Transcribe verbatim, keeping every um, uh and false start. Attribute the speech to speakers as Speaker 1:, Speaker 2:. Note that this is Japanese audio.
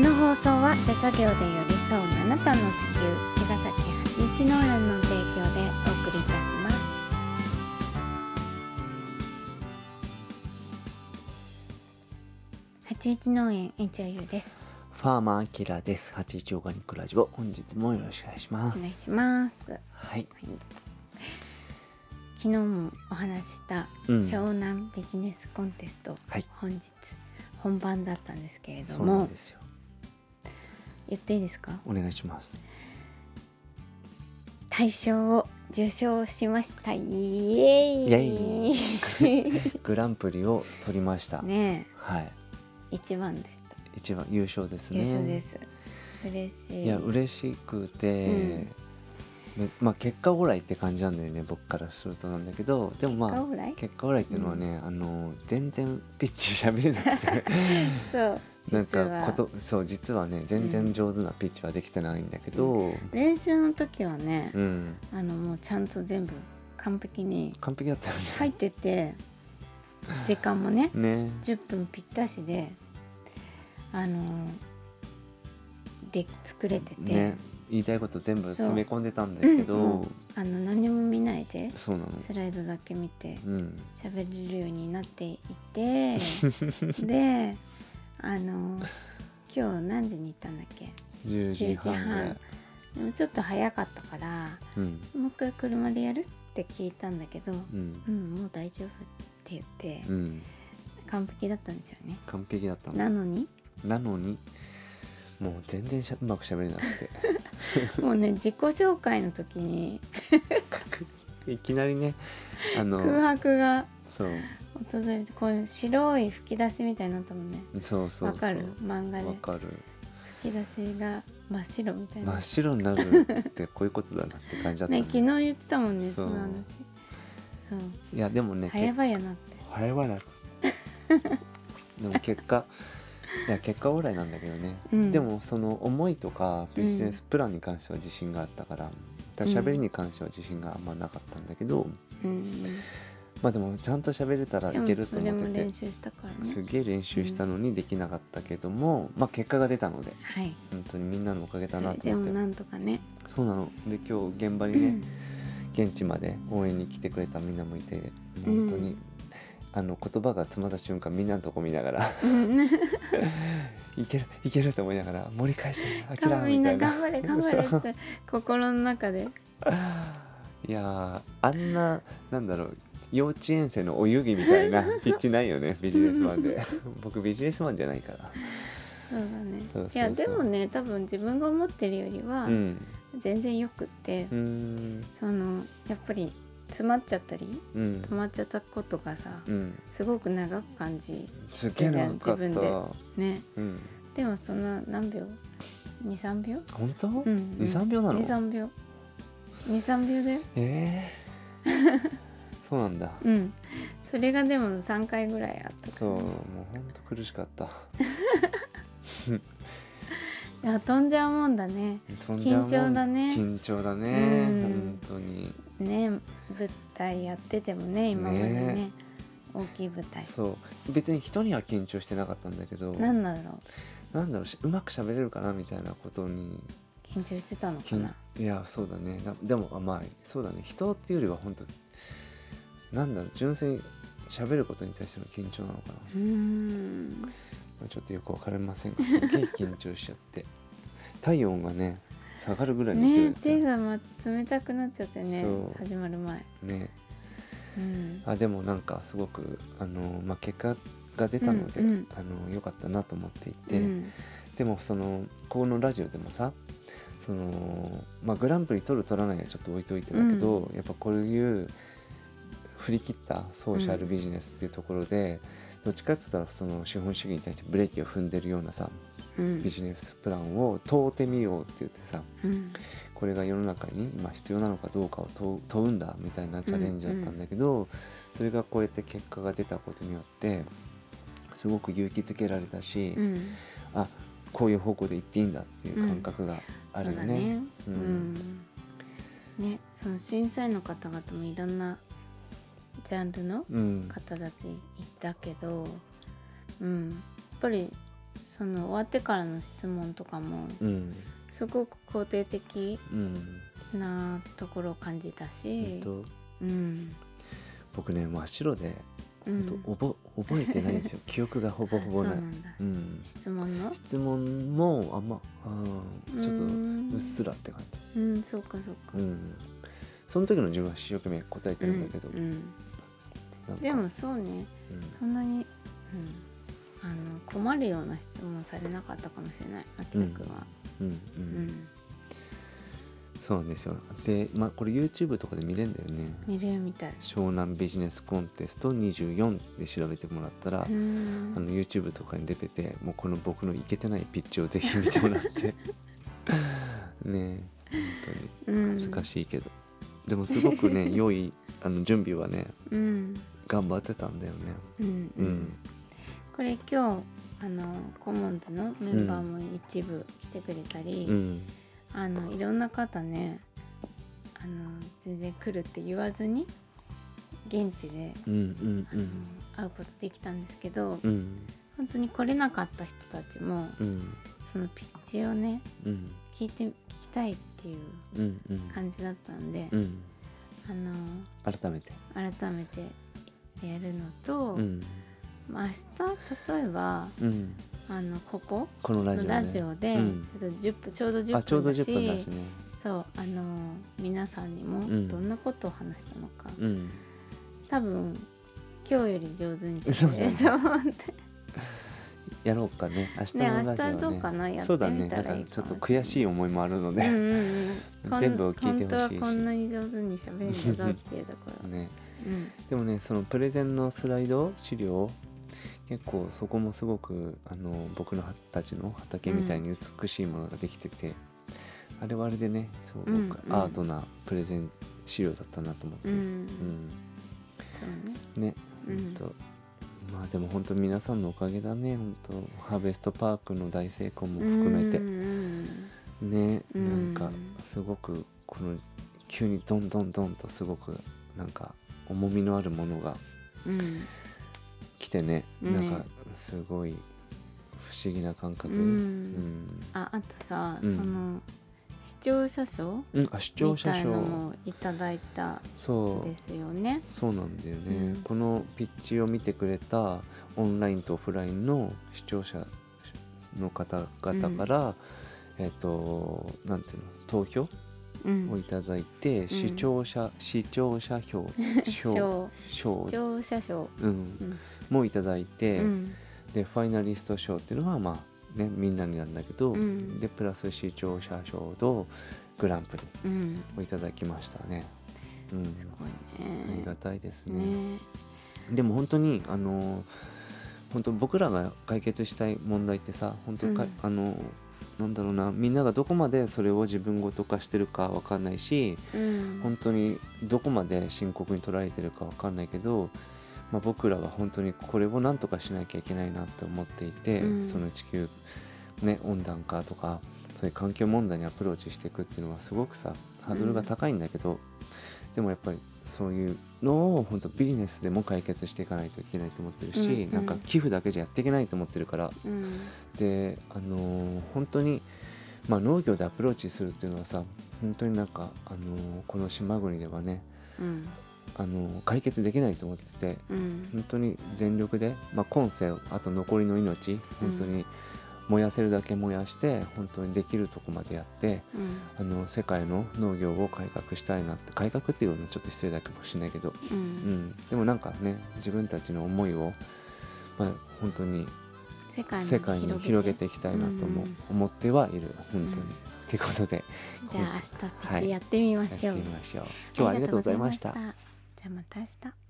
Speaker 1: の放送は手作業で寄り添うあなたの地球茅ヶ崎八一農園の提供でお送りいたします。八一農園園長ゆうです。
Speaker 2: ファーマーキラーです。八一オーガニックラジオ、本日もよろしくお願いします。
Speaker 1: お願いします。はい、
Speaker 2: はい、
Speaker 1: 昨日もお話しした湘南ビジネスコンテスト、
Speaker 2: はい、
Speaker 1: 本日本番だったんですけれども、
Speaker 2: そうなんですよ。
Speaker 1: 言っていいですか？
Speaker 2: お願いします。
Speaker 1: 大賞を受賞しました。イエーイ、
Speaker 2: イエーイグランプリを取りました
Speaker 1: ねえ、
Speaker 2: はい、
Speaker 1: 一番でした。
Speaker 2: 一番優勝ですね。
Speaker 1: 優勝です。嬉しい。
Speaker 2: いや嬉しくて、
Speaker 1: うん
Speaker 2: ね、まあ結果オーライって感じなんだよね、僕からするとなんだけど、でもまあ
Speaker 1: 結果オーライ
Speaker 2: 結果オーライっていうのはね、うん、あの全然ピッチ喋れなくて
Speaker 1: そう
Speaker 2: なんかことそう実はね全然上手なピッチはできてないんだけど、うん、
Speaker 1: 練習の時はね、
Speaker 2: うん、
Speaker 1: あのもうちゃんと全部完璧に
Speaker 2: 完璧だったよね。
Speaker 1: 入ってて時間もね
Speaker 2: ね
Speaker 1: じゅっぷんぴったしであので作れてて、
Speaker 2: ね、言いたいこと全部詰め込んでたんだけど、
Speaker 1: うん、あの何も見ないで
Speaker 2: そうなの
Speaker 1: スライドだけ見て喋、
Speaker 2: うん、
Speaker 1: れるようになっていてであの今日何時に行ったんだっけ？
Speaker 2: じゅうじはん。
Speaker 1: でもちょっと早かったから、うん、もう一回車でやるって聞いたんだけど、うんうん、もう大丈夫って言って、うん、完璧だったんですよね。
Speaker 2: 完璧だったの。
Speaker 1: なのに
Speaker 2: なのにもう全然しゃうまく喋れなく
Speaker 1: てもうね自己紹介の時に
Speaker 2: いきなりねあの
Speaker 1: 空白が
Speaker 2: そう
Speaker 1: 訪れて、こう白い吹き出しみたいになったもんね。
Speaker 2: そうそうそう、
Speaker 1: わかる？漫画で
Speaker 2: わかる。
Speaker 1: 吹き出しが真っ白みたいな。
Speaker 2: 真っ白になるってこういうことだなって感じだったね。
Speaker 1: ね、昨日言ってたもんね、その話。そう。
Speaker 2: いやでもね、
Speaker 1: 早々なって。
Speaker 2: 早々なって。でも結果いや結果オーライなんだけどね、うん、でもその思いとかビジネスプランに関しては自信があったから、うん、喋りに関しては自信があんまなかったんだけど、うん、まあでもちゃんと喋れたらいけると思ってて、
Speaker 1: でもそれも練習したからね、
Speaker 2: すげえ練習したのにできなかったけども、うん、まあ結果が出たので、
Speaker 1: はい、
Speaker 2: 本当にみんなのおかげだなと思って。
Speaker 1: でもなんとかね。
Speaker 2: そうなので、今日現場にね、うん、現地まで応援に来てくれたみんなもいて、本当に、うん、あの言葉が詰まった瞬間みんなのとこ見ながらいけるいけると思いながら盛り返せあきらみたいな、みんな
Speaker 1: 頑張れ頑張れって心の中で
Speaker 2: いやあんななんだろう幼稚園生のお遊戯みたいなピッチないよねビジネスマンで僕ビジネスマンじゃないから。
Speaker 1: そうだね。そうそうそう、いやでもね多分自分が思ってるよりは全然よくって、うん、そのやっぱり詰まっちゃったり、うん、止まっちゃったことがさ、うん、すごく長く感じ
Speaker 2: すげえ長かった
Speaker 1: 自分でね、うん、でもその何秒 にさんびょう
Speaker 2: 本当、うんうん、にさんびょうなの
Speaker 1: にさんびょうにさんびょうだよ。
Speaker 2: えー、そうなんだ。
Speaker 1: うんそれがでもさんかいぐらいあったから、ね、
Speaker 2: そうもうほんと苦しかった
Speaker 1: いや飛んじゃうもんだね。緊張だね。
Speaker 2: 緊張だね、うん、本当に
Speaker 1: ね。舞台やっててもね今まで ね, ね大きい舞台。
Speaker 2: そう別に人には緊張してなかったんだけど、
Speaker 1: なんだろ
Speaker 2: うなんだろううまく喋れるかなみたいなことに
Speaker 1: 緊張してたのかな。
Speaker 2: いやそうだね。でもまあそうだね、人っていうよりは本当なんだろう純粋に喋ることに対しての緊張なのかな。うーんちょっとよく分かりませんがすっげえ緊張しちゃって体温がね下がるぐらいに
Speaker 1: ね手がま冷たくなっちゃってね始まる前ね、
Speaker 2: うん、あでもなんかすごくあの、まあ、結果が出たので、うんうん、あのよかったなと思っていて、うん、でもそのこのラジオでもさその、まあ、グランプリ取る取らないはちょっと置いといてだけど、うん、やっぱこういう振り切ったソーシャルビジネスっていうところで、うん、どっちかって言ったらその資本主義に対してブレーキを踏んでるようなさ、うん、ビジネスプランを問うてみようって言ってさ、うん、これが世の中に今必要なのかどうかを問う、問うんだみたいなチャレンジだったんだけど、うんうん、それがこうやって結果が出たことによってすごく勇気づけられたし、うん、あこういう方向で行っていいんだっていう感覚があるよね。うん、そうだね。
Speaker 1: うんね、その審査員の方々もいろんなジャンルの方たちいたけど、うん、うん、やっぱりその終わってからの質問とかも、うん、すごく肯定的なところを感じたし、うんうん、
Speaker 2: 僕ね真っ白で本当、うん、覚, 覚えてないんですよ記憶がほぼほぼない。そうなんだ、うん、
Speaker 1: 質問の
Speaker 2: 質問もあんまあちょっとうっすらって感
Speaker 1: じ。うん、そうかそうか、うん、
Speaker 2: その時の自分は一生懸命答えてるんだけど、うん
Speaker 1: うん、でもそうね、うん、そんなに、うん、あの困るような質問されなかったかもしれないあきらくんは。うんうんうん、うん
Speaker 2: そうなんですよ。で、まあ、これ YouTube とかで見れるんだよね。
Speaker 1: 見れるみたい。
Speaker 2: 湘南ビジネスコンテストにじゅうよんで調べてもらったら、あの YouTube とかに出てて、もうこの僕のイケてないピッチをぜひ見てもらってね、本当に恥ずかしいけど、うん、でもすごくね良いあの準備はね、うん、頑張ってたんだよね。うんうんうん、
Speaker 1: これ今日あのコモンズのメンバーも一部来てくれたり、うん、あのいろんな方ねあの全然来るって言わずに現地で、うんうんうん、会うことできたんですけど、うん、本当に来れなかった人たちも、うん、そのピッチをね、うん、聞いて聞きたいっていう感じだったんで、うんうん、
Speaker 2: あの改めて
Speaker 1: 改めてやるのと、うん、明日例えば、うんあのここ
Speaker 2: このラジオ、ね、
Speaker 1: ラジオで、うん、ちょっとじゅっぷんちょうどじゅっぷんだし、あちょうどじゅっぷんだしね、そうあの皆さんにもどんなことを話したのか、うん、多分今日より上手にしてれると思って
Speaker 2: やろうかね明日のラジオね。
Speaker 1: ね明日どうかなやってみたらいいかもしれない。そうだね。だから
Speaker 2: ちょっと悔しい思いもあるので、うんうんうん、全部を聞いてほしいし、
Speaker 1: 本当はこんなに上手に喋るんだぞっていうところ
Speaker 2: ね、うん、でもねそのプレゼンのスライド資料結構そこもすごくあの僕のたちの畑みたいに美しいものができてて、うん、あれはあれでねすごくアートなプレゼン資料だったなと思って、うんうん、そうねね、うん、とまあでも本当皆さんのおかげだね。本当ハーベストパークの大成功も含めて、うんうん、ね、うん、なんかすごくこの急にドンドンドンとすごくなんか重みのあるものが、うん来てね、なんかすごい不思議な感覚、うんうん、
Speaker 1: あ, あとさ、うん、その視聴者賞、
Speaker 2: うん、あ視聴者賞みたい
Speaker 1: なのもいただいたですよね。
Speaker 2: そうなんだよね、うん、このピッチを見てくれたオンラインとオフラインの視聴者の方々から、うん、えっとなんていうの投票をいただいて、うん、視聴者視聴者票
Speaker 1: 賞視聴者賞、
Speaker 2: うんうん、もいただいて、うん、でファイナリスト賞っていうのはまあねみんなになんだけど、うん、でプラス視聴者賞とグランプリをいただきましたね、うん、すごいねありがたいですね。ねでも本当にあの本当僕らが解決したい問題ってさ本当か、うん、あのなんだろうなみんながどこまでそれを自分ごと化してるか分かんないし、うん、本当にどこまで深刻に捉えてるか分かんないけど、まあ、僕らは本当にこれを何とかしなきゃいけないなって思っていて、うん、その地球、ね、温暖化とかそういう環境問題にアプローチしていくっていうのはすごくさハードルが高いんだけど、うん、でもやっぱりそういうのを本当ビジネスでも解決していかないといけないと思ってるし、うんうん、なんか寄付だけじゃやっていけないと思ってるから、うん、で、あのー、本当に、まあ、農業でアプローチするっていうのはさ本当になんか、あのー、この島国ではね、うん、あのー、解決できないと思ってて、うん、本当に全力で、まあ、今世あと残りの命本当に燃やせるだけ燃やして本当にできるとこまでやって、うん、あの世界の農業を改革したいなって改革っていうのはちょっと失礼だかもしれないけど、うんうん、でもなんかね自分たちの思いを、まあ、本当に世界に広げていきたいなとも思ってはいる、うん、本当に、うん、ってことで
Speaker 1: じゃあ明日ピッチやってみましょう、
Speaker 2: はい、やってみましょう。今日はありがとうございました。
Speaker 1: じゃあまた明日。